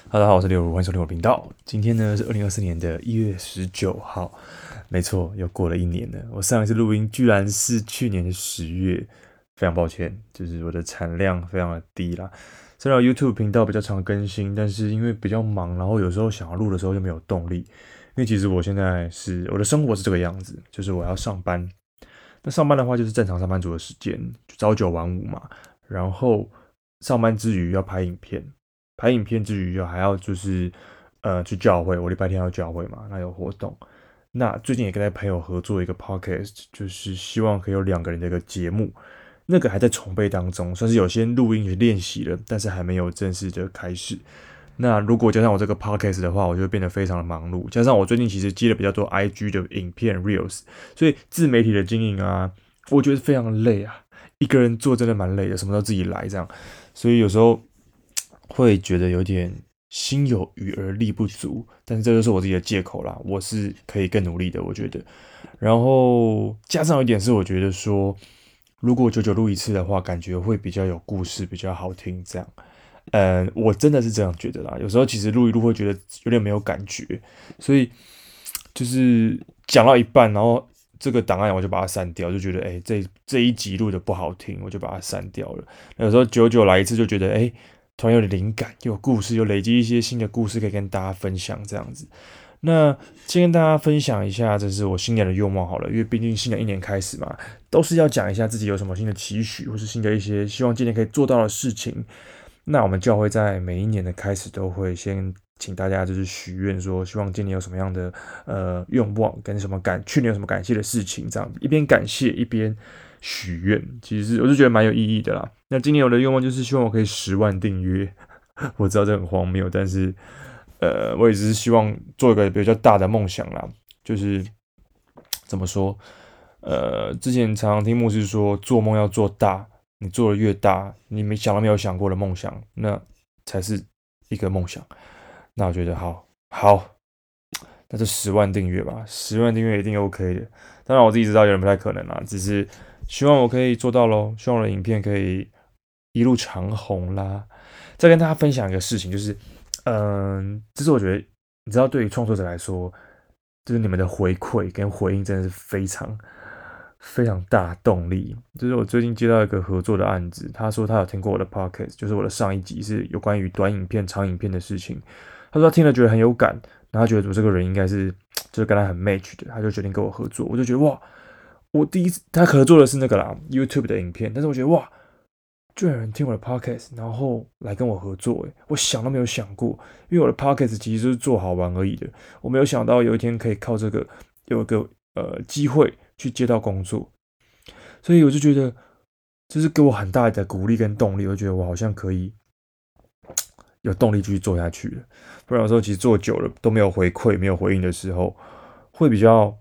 大家好，我是刘如，欢迎收听我的频道。今天呢是2024年的1月19号，没错，又过了一年了。我上一次录音居然是去年的10月，非常抱歉，就是我的产量非常的低啦。虽然 YouTube 频道比较常更新，但是因为比较忙，然后有时候想要录的时候就没有动力。因为其实我现在我的生活是这个样子，就是我要上班。那上班的话就是正常上班族的时间，就朝九晚五嘛。然后上班之余要拍影片，拍影片之余还要就是去教会，我礼拜天要教会嘛，那有活动。那最近也跟朋友合作一个 podcast，就是希望可以有2个人的一个节目，那个还在筹备当中，算是有些录音练习了，但是还没有正式的开始。那如果加上我这个 podcast 的话，我就会变得非常的忙碌。加上我最近其实接了比较多 IG 的影片 reels，所以自媒体的经营啊，我觉得非常累啊。一个人做真的蛮累的，什么都自己来这样，所以有时候会觉得有点心有余而力不足。但是这就是我自己的借口啦，我是可以更努力的，我觉得。然后加上一点是，我觉得说，如果久久录一次的话，感觉会比较有故事，比较好听这样。我真的是这样觉得啦。有时候其实录一录会觉得有点没有感觉，所以就是讲到一半，然后这个档案我就把它删掉，就觉得这一集录的不好听，我就把它删掉了。那有时候久久来一次，就觉得突然有点灵感，又有故事，又累积一些新的故事可以跟大家分享这样子。那先跟大家分享一下，这是我新年的愿望好了，因为毕竟新的一年开始嘛，都是要讲一下自己有什么新的期许，或是新的一些希望今年可以做到的事情。那我们教会在每一年的开始都会先请大家就是许愿，说希望今年有什么样的愿望，跟去年有什么感谢的事情，这样一边感谢一边许愿，其实我就觉得蛮有意义的啦。那今年我的愿望就是希望我可以10万订阅，我知道这很荒谬，但是我也只是希望做一个比较大的梦想啦，就是怎么说，之前常常听牧师说，做梦要做大，你做的越大，你没有想过的梦想，那才是一个梦想。那我觉得好，那就10万订阅吧，10万订阅一定 OK 的。当然我自己知道有人不太可能啦，只是希望我可以做到咯，希望我的影片可以一路长红啦。再跟大家分享一个事情，就是这是我觉得你知道，对于创作者来说，就是你们的回馈跟回应真的是非常大的动力。就是我最近接到一个合作的案子，他说他有听过我的 podcast，就是我的上一集是有关于短影片、长影片的事情。他说他听了觉得很有感，然后他觉得我这个人应该是就是跟他很 match 的，他就决定跟我合作。我就觉得哇，我第一次他合作的是那个啦 YouTube 的影片，但是我觉得哇，居然有人听我的 podcast，然后来跟我合作，我想都没有想过，因为我的 podcast 其实就是做好玩而已的，我没有想到有一天可以靠这个有一个机会去接到工作，所以我就觉得这是给我很大的鼓励跟动力，我就觉得我好像可以有动力继续做下去了。不然有时候其实做久了都没有回馈、没有回应的时候，会比较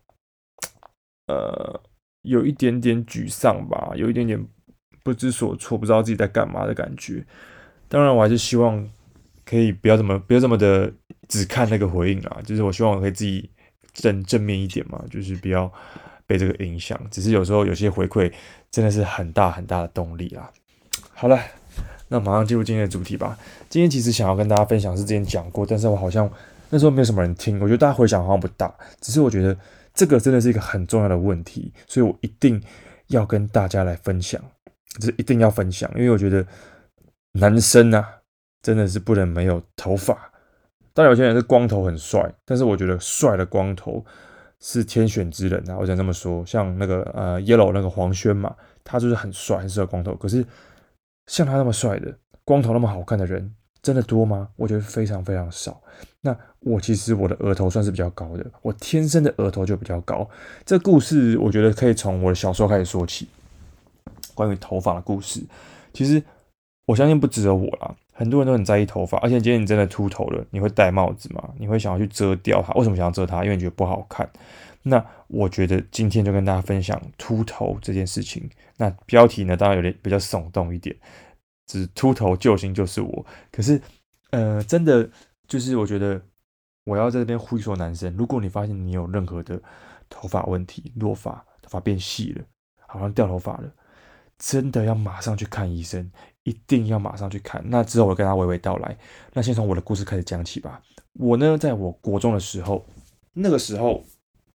呃有一点点沮丧吧，有一点点不知所措，不知道自己在干嘛的感觉。当然，我还是希望可以不要这么的只看那个回应啦，就是我希望我可以自己正面一点嘛，就是不要被这个影响。只是有时候有些回馈真的是很大很大的动力啦。好了，那马上进入今天的主题吧。今天其实想要跟大家分享是之前讲过，但是我好像那时候没有什么人听，我觉得大家回响好像不大。只是我觉得这个真的是一个很重要的问题，所以我一定要跟大家来分享，这一定要分享，因为我觉得男生啊真的是不能没有头发。当然有些人是光头很帅，但是我觉得帅的光头是天选之人啊，我想这么说。像那个Yellow 那个黄轩嘛，他就是很帅，很适合光头。可是像他那么帅的光头那么好看的人，真的多吗？我觉得非常非常少。那其实我的额头算是比较高的，我天生的额头就比较高。这故事我觉得可以从我的小时候开始说起，关于头发的故事。其实我相信不只有我啦，很多人都很在意头发。而且今天你真的秃头了，你会戴帽子吗？你会想要去遮掉它？为什么想要遮它？因为你觉得不好看。那我觉得今天就跟大家分享秃头这件事情。那标题呢，当然有点比较耸动一点，只秃头救星就是我。可是，真的就是我觉得我要在这边呼吁所有男生，如果你发现你有任何的头发问题、落发、头发变细了，好像掉头发了， 真的要马上去看医生，一定要马上去看。那之后我跟他娓娓道来。那先从我的故事开始讲起吧。我呢，在我国中的时候，那个时候，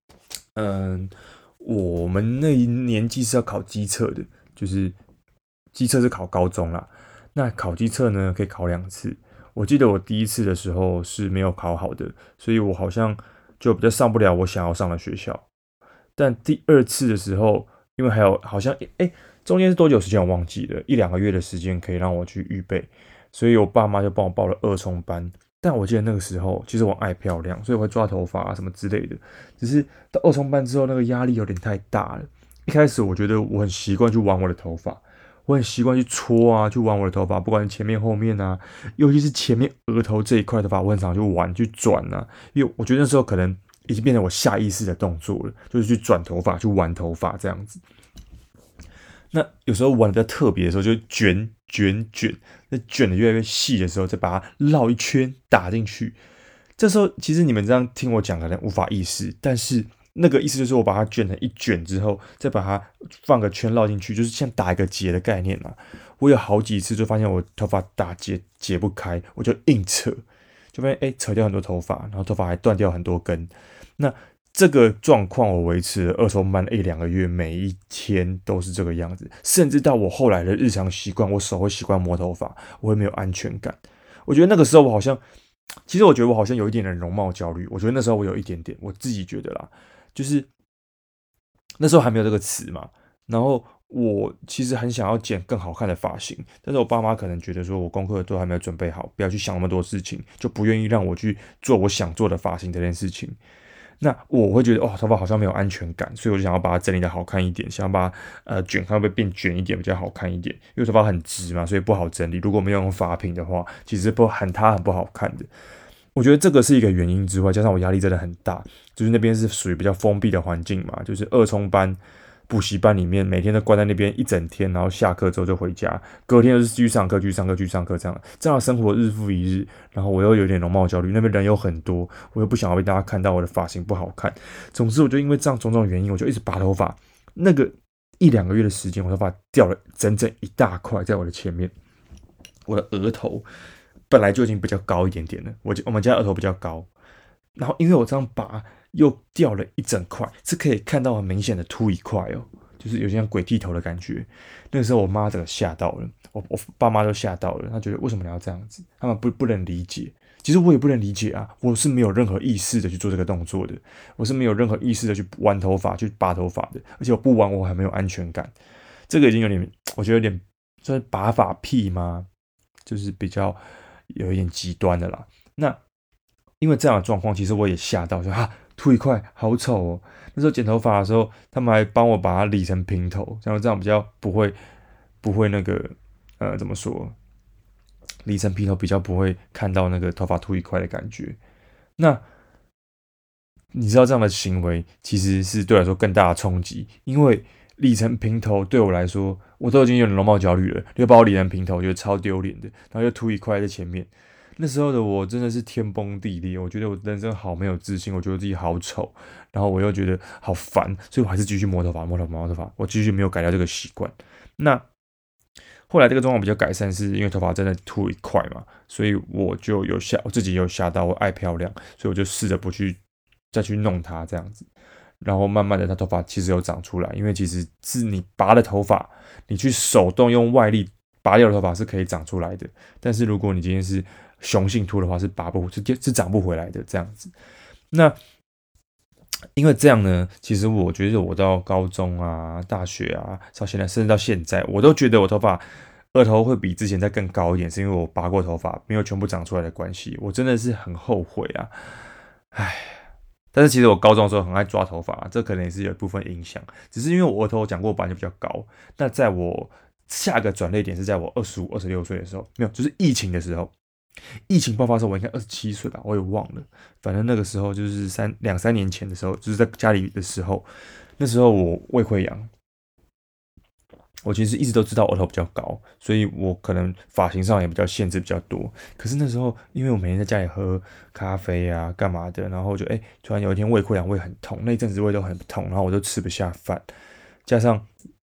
我们那一年纪是要考机测的，就是机测是考高中啦。那考机测呢，可以考2次。我记得我第一次的时候是没有考好的，所以我好像就比较上不了我想要上的学校。但第二次的时候，因为还有好像中间是多久时间我忘记了，1-2个月的时间可以让我去预备，所以我爸妈就帮我报了二冲班。但我记得那个时候，其实我爱漂亮，所以我会抓头发什么之类的。只是到二冲班之后，那个压力有点太大了。一开始我觉得我很习惯去玩我的头发，我很习惯去搓啊，去玩我的头发，不管是前面后面啊，尤其是前面额头这一块头发，我很常去玩去转啊，因为我觉得那时候可能已经变成我下意识的动作了，就是去转头发、去玩头发这样子。那有时候玩的比较特别的时候，就卷，那卷的越来越细的时候，再把它绕一圈打进去。这时候其实你们这样听我讲可能无法意识，但是那个意思就是我把它卷成一卷之后，再把它放个圈绕进去，就是像打一个结的概念啊。我有好几次就发现我头发打结解不开，我就硬扯，就发现扯掉很多头发，然后头发还断掉很多根。那这个状况我维持了二冲班1-2个月，每一天都是这个样子，甚至到我后来的日常习惯，我手会习惯摸头发，我会没有安全感。我觉得那个时候我好像，其实我觉得我好像有一点点容貌焦虑。我觉得那时候我有一点点，我自己觉得啦，就是那时候还没有这个词嘛。然后我其实很想要剪更好看的发型，但是我爸妈可能觉得说我功课都还没有准备好，不要去想那么多事情，就不愿意让我去做我想做的发型这件事情。那我会觉得头发好像没有安全感，所以我就想要把它整理的好看一点，想要把它卷看会不会变卷一点比较好看一点，因为头发很直嘛，所以不好整理。如果没有用发品的话，其实很不好看的。我觉得这个是一个原因之外，加上我压力真的很大，就是那边是属于比较封闭的环境嘛，就是二冲班、补习班里面每天都关在那边一整天，然后下课之后就回家，隔天又是继续上课、继续上课、继续上课这样的生活日复一日，然后我又有点容貌焦虑，那边人又很多，我又不想要被大家看到我的发型不好看。总之，我就因为这样种种原因，我就一直拔头发。那个1-2个月的时间，我头发掉了整整一大块在我的前面，我的额头本来就已经比较高一点点了，我们家额头比较高，然后因为我这样拔，又掉了一整块，是可以看到很明显的凸一块哦，就是有些像鬼剃头的感觉。那个时候我妈整个吓到了，我爸妈都吓到了，他觉得为什么你要这样子，他们不能理解。其实我也不能理解啊，我是没有任何意识的去做这个动作的，我是没有任何意识的去玩头发、去拔头发的，而且我不玩我还没有安全感。这个已经有点，我觉得有点算是拔发癖吗？就是比较有一点极端的啦。那因为这样的状况，其实我也吓到，说秃一块好丑哦。那时候剪头发的时候，他们还帮我把它理成平头，这样比较不会那个怎么说，理成平头比较不会看到那个头发秃一块的感觉。那你知道这样的行为其实是对我来说更大的冲击，因为理成平头对我来说，我都已经有点容貌焦虑了，又把我理成平头，我觉得超丢脸的，然后又秃一块在前面。那时候的我真的是天崩地裂，我觉得我人生好没有自信，我觉得自己好丑，然后我又觉得好烦，所以我还是继续摸头发，我继续没有改掉这个习惯。那后来这个状况比较改善，是因为头发真的秃一块嘛，所以我自己有吓到，我爱漂亮，所以我就试着不去再去弄它这样子。然后慢慢的，它头发其实有长出来，因为其实是你拔的头发，你去手动用外力拔掉的头发是可以长出来的。但是如果你今天是雄性秃的话，是长不回来的这样子。那因为这样呢，其实我觉得我到高中啊、大学啊，到现在甚至到现在，我都觉得我额头会比之前再更高一点，是因为我拔过头发，没有全部长出来的关系。我真的是很后悔啊，唉。但是其实我高中的时候很爱抓头发，这可能也是有一部分影响。只是因为我额头讲过，我本来就比较高。那在我下个转捩点是在我25、26岁的时候，没有，就是疫情的时候。疫情爆发的时候，我应该27岁吧，我也忘了。反正那个时候就是2、3年前的时候，就是在家里的时候。那时候我胃溃疡，我其实一直都知道额头比较高，所以我可能发型上也比较限制比较多。可是那时候，因为我每天在家里喝咖啡啊，干嘛的，然后就突然有一天胃溃疡，胃很痛，那一阵子胃都很痛，然后我就吃不下饭，加上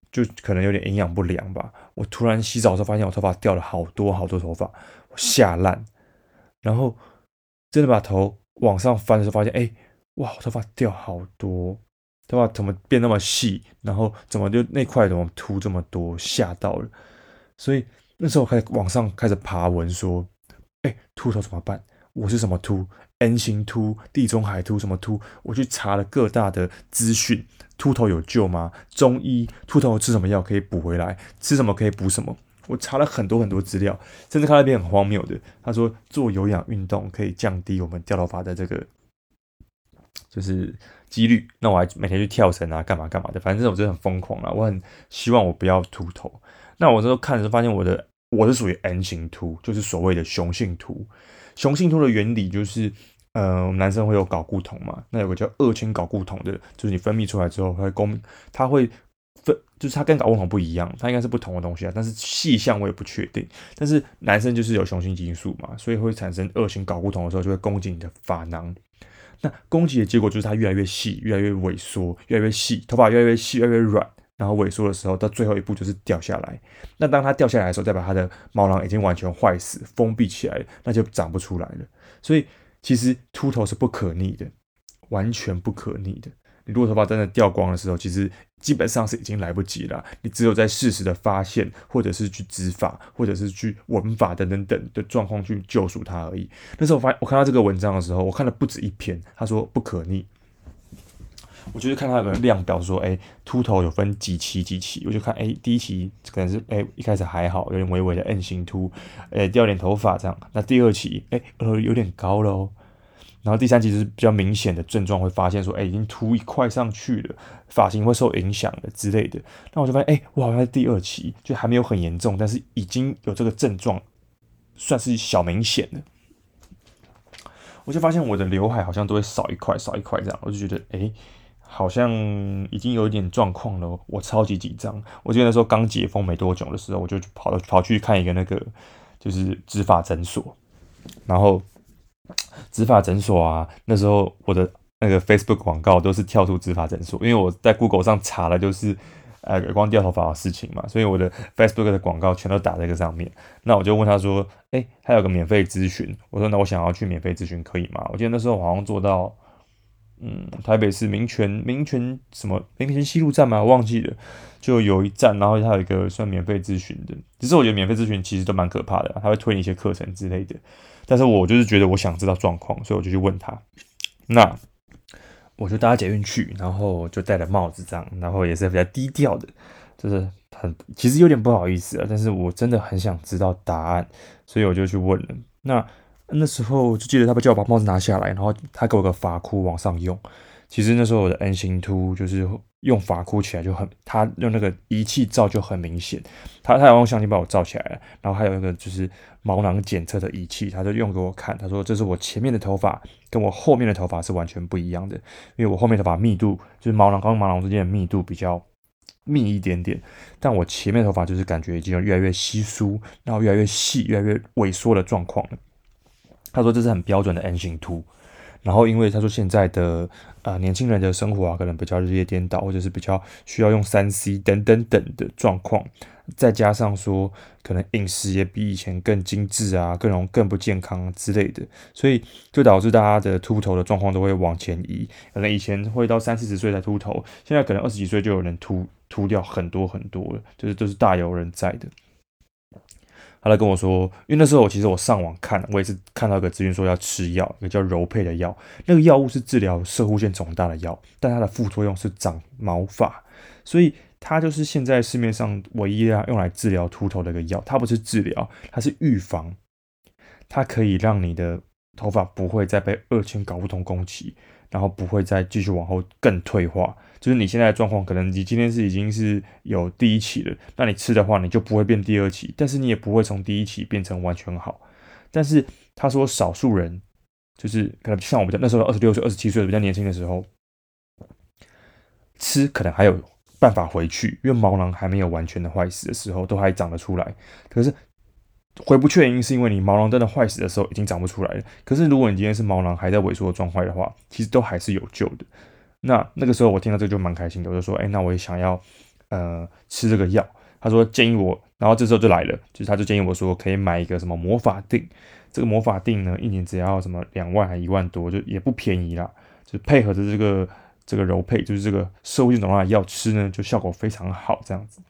就可能有点营养不良吧。我突然洗澡的时候发现我头发掉了好多好多头发，我吓烂，然后真的把头往上翻的时候发现，哇，我头发掉好多，头发怎么变那么细，然后怎么就那块怎么秃这么多，吓到了。所以那时候开始往上开始爬文说，秃头怎么办？我是什么秃？N 型秃、地中海秃什么秃？我去查了各大的资讯，秃头有救吗？中医秃头吃什么药可以补回来？吃什么可以补什么？我查了很多很多资料，甚至看到一篇很荒谬的，他说做有氧运动可以降低我们掉头发的这个就是几率。那我还每天去跳绳啊，干嘛干嘛的，反正这种真的很疯狂啊。我很希望我不要秃头。那我这时候看的时候发现我是属于 N 型秃，就是所谓的雄性秃。雄性秃的原理就是，我们男生会有睾固酮嘛，那有个叫2氢睾固酮的，就是你分泌出来之后它会就是它跟睾固酮不一样，它应该是不同的东西啊，但是细项我也不确定。但是男生就是有雄性激素嘛，所以会产生2型睾固酮的时候，就会攻击你的发囊。那攻击的结果就是它越来越细，越来越萎缩，越来越细，头发越来越细，越来越软。然后萎缩的时候，到最后一步就是掉下来。那当它掉下来的时候，代表它的毛囊已经完全坏死、封闭起来了，那就长不出来了。所以其实秃头是不可逆的，完全不可逆的。你如果头发真的掉光的时候，其实基本上是已经来不及了。你只有在适时的发现，或者是去植发，或者是去纹发等等等的状况去救赎它而已。那时候我看到这个文章的时候，我看了不止一篇，他说不可逆。我就是看他有个量表说，秃头有分几期几期，我就看，第一期可能是一开始还好，有点微微的 N 型秃，掉点头发这样。那第2期，有点高了哦。然后第3期就是比较明显的症状，会发现说，已经秃一块上去了，发型会受影响了之类的。那我就发现，我好像在第2期，就还没有很严重，但是已经有这个症状，算是小明显的。我就发现我的刘海好像都会少一块少一块这样，我就觉得，好像已经有一点状况了，我超级紧张。我记得那时候刚解封没多久的时候，我就跑去看一个那个就是植发诊所，然后植发诊所啊，那时候我的那个 Facebook 广告都是跳出植发诊所，因为我在 Google 上查了就是耳光掉头发的事情嘛，所以我的 Facebook 的广告全都打在这个上面。那我就问他说，他有个免费咨询，我说那我想要去免费咨询可以吗？我记得那时候我好像做到。台北市民权西路站嘛，我忘记了，就有一站，然后它有一个算免费咨询的。只是我觉得免费咨询其实都蛮可怕的，他会推你一些课程之类的。但是我就是觉得我想知道状况，所以我就去问他。那我就搭捷运去，然后就戴了帽子这样，然后也是比较低调的，就是其实有点不好意思啊，但是我真的很想知道答案，所以我就去问了。那时候就记得他叫我把帽子拿下来，然后他给我个发箍往上用。其实那时候我的 N 型秃就是用发箍起来就他用那个仪器照就很明显。他有用相机把我照起来了，然后还有一个就是毛囊检测的仪器，他就用给我看。他说这是我前面的头发跟我后面的头发是完全不一样的，因为我后面头发密度就是毛囊跟毛囊之间的密度比较密一点点，但我前面头发就是感觉已经有越来越稀疏，然后越来越细、越来越萎缩的状况了。他说这是很标准的 N 型秃，然后因为他说现在的年轻人的生活可能比较日夜颠倒，或者是比较需要用3C 等等等的状况，再加上说可能饮食也比以前更精致啊，更不健康之类的，所以就导致大家的秃头的状况都会往前移。可能以前会到30-40岁才秃头，现在可能20几岁就有人秃掉很多很多了，就是都是大有人在的。他来跟我说，因为那时候其实我上网看，我也是看到一个资讯说要吃药，一个叫柔配的药，那个药物是治疗攝護腺肿大的药，但它的副作用是长毛发，所以它就是现在市面上唯一用来治疗秃头的一个药。它不是治疗，它是预防，它可以让你的头发不会再被2氢睾固酮攻击，然后不会再继续往后更退化。就是你现在的状况，可能你今天已经是有第1期了，那你吃的话，你就不会变第2期，但是你也不会从第1期变成完全好。但是他说，少数人就是可能像我们那时候26岁、27岁比较年轻的时候，吃可能还有办法回去，因为毛囊还没有完全的坏死的时候，都还长得出来。可是回不去的原因是因为你毛囊真的坏死的时候已经长不出来了。可是如果你今天是毛囊还在萎缩的状态的话，其实都还是有救的。那个时候我听到这个就蛮开心的，我就说，那我也想要吃这个药。他说建议我，然后这时候就来了，就是他就建议我说可以买一个什么魔法锭，这个魔法锭呢，一年只要什么2万还1万多，就也不便宜啦。就是配合着这个柔配，就是这个射物性肿大的药吃呢，就效果非常好，这样子。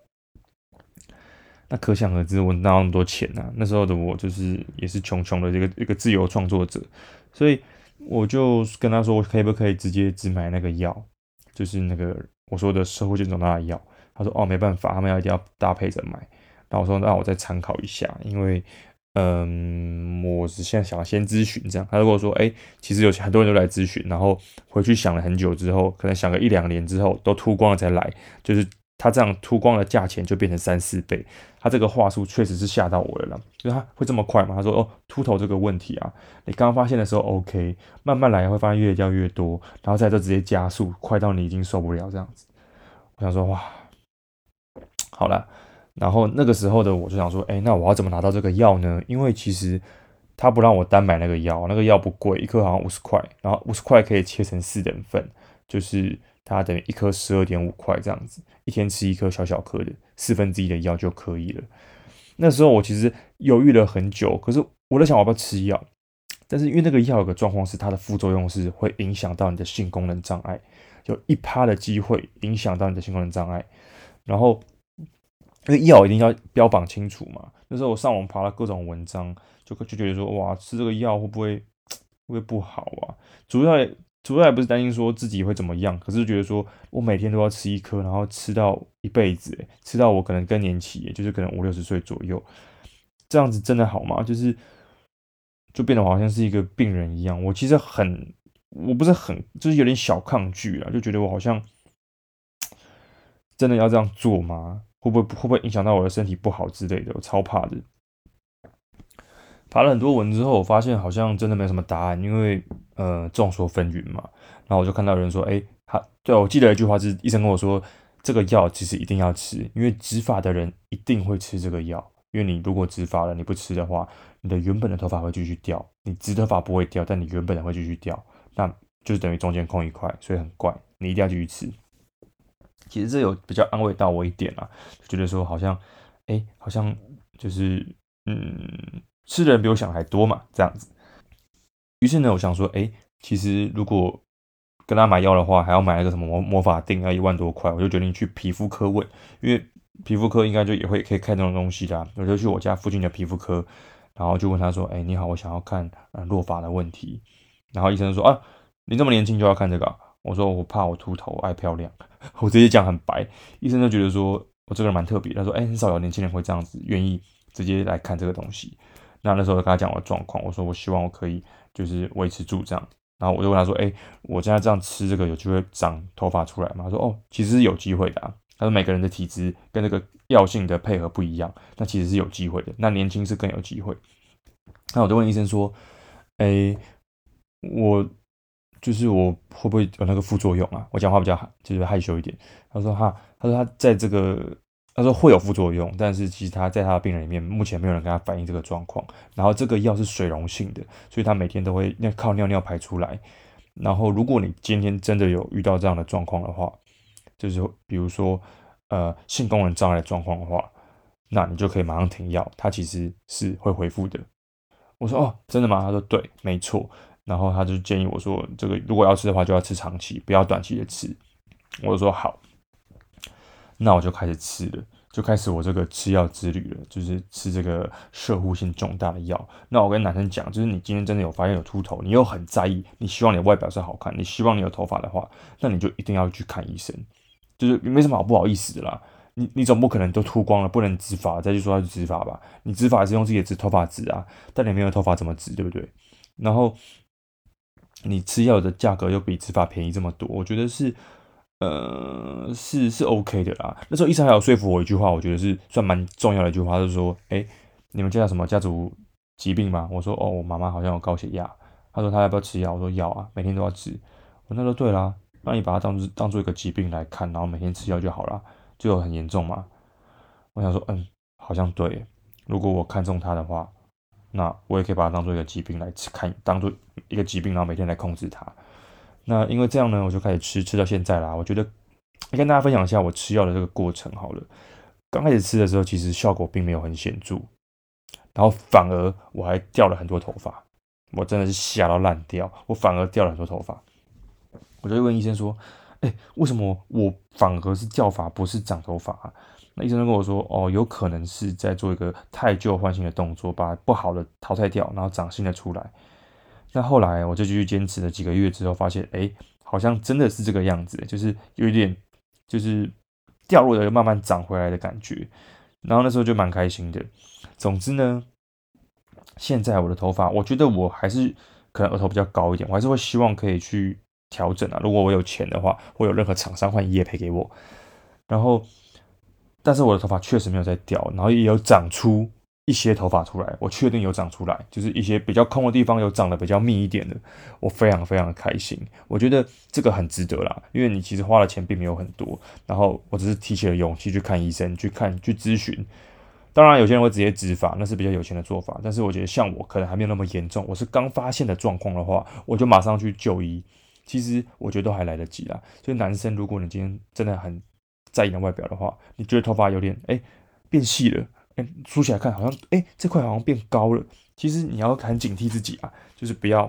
那可想而知，我哪有那么多钱啊？那时候的我就是也是穷穷的一个自由创作者，所以我就跟他说，我可不可以直接只买那个药，就是那个我说的射护腺肿大的药。他说哦没办法，他们一定要搭配着买。然后我说那我再参考一下，因为我是现在想要先咨询这样。他如果说其实有很多人都来咨询，然后回去想了很久之后，可能想个1-2年之后都秃光了才来，就是他这样秃光的价钱就变成3-4倍。他这个话术确实是吓到我了啦，就是他会这么快吗？他说哦，秃头这个问题啊，你刚刚发现的时候 OK，慢慢来会发现越掉越多，然后再就直接加速，快到你已经受不了这样子。我想说哇，好了。然后那个时候的我就想说，那我要怎么拿到这个药呢？因为其实他不让我单买那个药，那个药不贵，一颗好像50块，然后50块可以切成4等份，就是它等于一颗12.5块这样子，一天吃一颗小小颗的1/4的药就可以了。那时候我其实犹豫了很久，可是我在想我要不要吃药，但是因为那个药有个状况是它的副作用是会影响到你的性功能障碍，有1%的机会影响到你的性功能障碍，然后。因为药一定要标榜清楚嘛。那时候我上网爬了各种文章，就觉得说，哇，吃这个药会不会不好啊？主要也不是担心说自己会怎么样，可是觉得说我每天都要吃一颗，然后吃到一辈子，吃到我可能更年期，就是可能50-60岁左右，这样子真的好吗？就变得好像是一个病人一样。我其实我不是很，就是有点小抗拒啊，就觉得我好像真的要这样做吗？会不会影响到我的身体不好之类的？我超怕的。爬了很多文之后，我发现好像真的没什么答案，因为众说纷纭嘛。然后我就看到有人说，对，我记得一句话是医生跟我说，这个药其实一定要吃，因为植发的人一定会吃这个药，因为你如果植发了，你不吃的话，你的原本的头发会继续掉，你植头发不会掉，但你原本的会继续掉，那就是等于中间空一块，所以很怪，你一定要继续吃。其实这有比较安慰到我一点啦，就觉得说好像，好像就是吃的人比我想的还多嘛，这样子。于是呢，我想说，其实如果跟他买药的话，还要买那个什么魔法锭，要1万多块，我就决定去皮肤科问，因为皮肤科应该就也会可以看这种东西啦。我就去我家附近的皮肤科，然后就问他说，你好，我想要看落发的问题。然后医生说啊，你这么年轻就要看这个啊我说我怕我秃头，爱漂亮，我直接讲很白。医生就觉得说我这个人蛮特别，他说很少有年轻人会这样子愿意直接来看这个东西。那时候我跟他讲我的状况，我说我希望我可以就是维持住这样。然后我就问他说，我现在这样吃这个有机会长头发出来吗？他说哦，其实是有机会的啊。他说每个人的体质跟这个药性的配合不一样，那其实是有机会的。那年轻是更有机会。那我就问医生说，诶，我就是我会不会有那个副作用啊？我讲话比较就是害羞一点。他说他在这个，他说会有副作用，但是其实他在他的病人里面，目前没有人跟他反映这个状况。然后这个药是水溶性的，所以他每天都会靠尿尿排出来。然后如果你今天真的有遇到这样的状况的话，就是比如说性功能障碍的状况的话，那你就可以马上停药，它其实是会恢复的。我说哦，真的吗？他说对，没错。然后他就建议我说，这个如果要吃的话，就要吃长期，不要短期的吃。我就说好，那我就开始吃了，就开始我这个吃药之旅了，就是吃这个摄护性重大的药。那我跟男生讲，就是你今天真的有发现有秃头，你又很在意，你希望你的外表是好看，你希望你有头发的话，那你就一定要去看医生，就是没什么好不好意思的啦。你总不可能都秃光了，不能植发，再去说要去植发吧？你植发也是用自己的头发植啊，但你没有头发怎么植，对不对？然后你吃药的价格又比植发便宜这么多，我觉得是 OK 的啦。那时候医生还有说服我一句话，我觉得是算蛮重要的一句话，就是说，你们家有什么家族疾病吗？我说，哦，我妈妈好像有高血压。他说他要不要吃药？我说要啊，每天都要吃。我那时候对啦，那你把它当做一个疾病来看，然后每天吃药就好了，就有很严重嘛。我想说，好像对。如果我看中它的话，那我也可以把它当做一个疾病来看，当做一个疾病，然后每天来控制它。那因为这样呢，我就开始吃到现在啦。我觉得跟大家分享一下我吃药的这个过程好了。刚开始吃的时候，其实效果并没有很显著，然后反而我还掉了很多头发，我真的是吓到烂掉，我反而掉了很多头发。我就问医生说：为什么我反而是掉发，不是长头发啊？那医生就跟我说：哦，有可能是在做一个汰旧换新的动作，把不好的淘汰掉，然后长新的出来。那后来我就继续坚持了几个月之后，发现好像真的是这个样子，就是有一点就是掉落的慢慢长回来的感觉。然后那时候就蛮开心的。总之呢，现在我的头发，我觉得我还是可能额头比较高一点，我还是会希望可以去调整啊。如果我有钱的话，会有任何厂商换业配给我。然后，但是我的头发确实没有在掉，然后也有长出一些头发出来，我确定有长出来，就是一些比较空的地方有长得比较密一点的，我非常非常的开心。我觉得这个很值得啦，因为你其实花的钱并没有很多，然后我只是提起了勇气去看医生，去咨询。当然，有些人会直接植发，那是比较有钱的做法。但是我觉得像我可能还没有那么严重，我是刚发现的状况的话，我就马上去就医。其实我觉得都还来得及啦。所以男生，如果你今天真的很在意你的外表的话，你觉得头发有点变细了，梳起来看好像这块好像变高了，其实你要很警惕自己啊，就是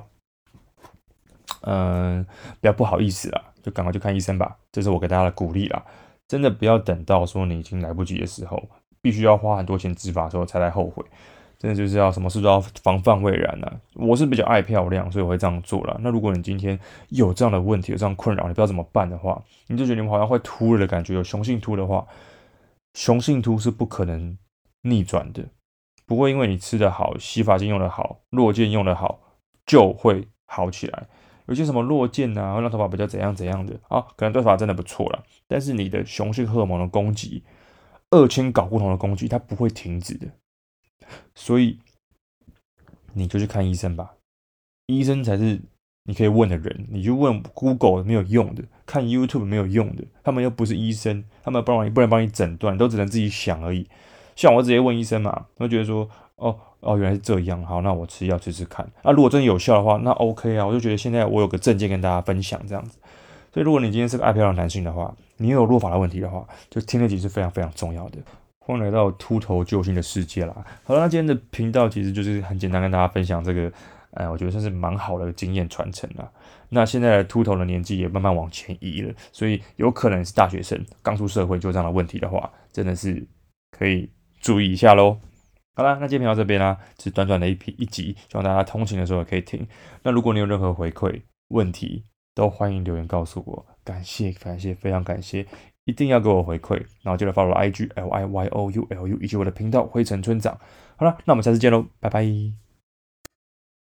不要不好意思啦，就赶快去看医生吧，这是我给大家的鼓励啦。真的不要等到说你已经来不及的时候，必须要花很多钱植发的时候才来后悔。真的就是要什么事都要防范未然啊！我是比较爱漂亮，所以我会这样做啦。那如果你今天有这样的问题，有这样困扰，你不知道怎么办的话，你就觉得你好像会秃了的感觉，有雄性秃的话，雄性秃是不可能逆转的，不会因为你吃得好、洗发精用得好、落健用得好就会好起来。有些什么落健啊，会让头发比较怎样怎样的啊，可能对头发真的不错啦。但是你的雄性荷尔蒙的攻击，二氢睾固酮的攻击，它不会停止的。所以你就去看医生吧，医生才是你可以问的人。你就问 Google 没有用的，看 YouTube 没有用的，他们又不是医生，他们不能帮你诊断，都只能自己想而已。像我直接问医生嘛，我就觉得说，原来是这样，好，那我吃药吃吃看。那如果真的有效的话，那 OK 啊，我就觉得现在我有个证件跟大家分享这样子。所以如果你今天是个爱漂亮的男性的话，你又有落发的问题的话，就听得集是非常非常重要的。欢迎来到秃头救星的世界啦！好了，那今天的频道其实就是很简单跟大家分享这个，我觉得算是蛮好的经验传承啦。那现在的秃头的年纪也慢慢往前移了，所以有可能是大学生刚出社会就有这样的问题的话，真的是可以注意一下喽。好啦，那今天频道这边啦，是短短的一集，希望大家通勤的时候也可以听。那如果你有任何回馈问题，都欢迎留言告诉我，感谢感谢，非常感谢。一定要给我回馈，然后记得 follow IG LIYOULU 以及我的频道灰尘村长。好了，那我们下次见喽，拜拜。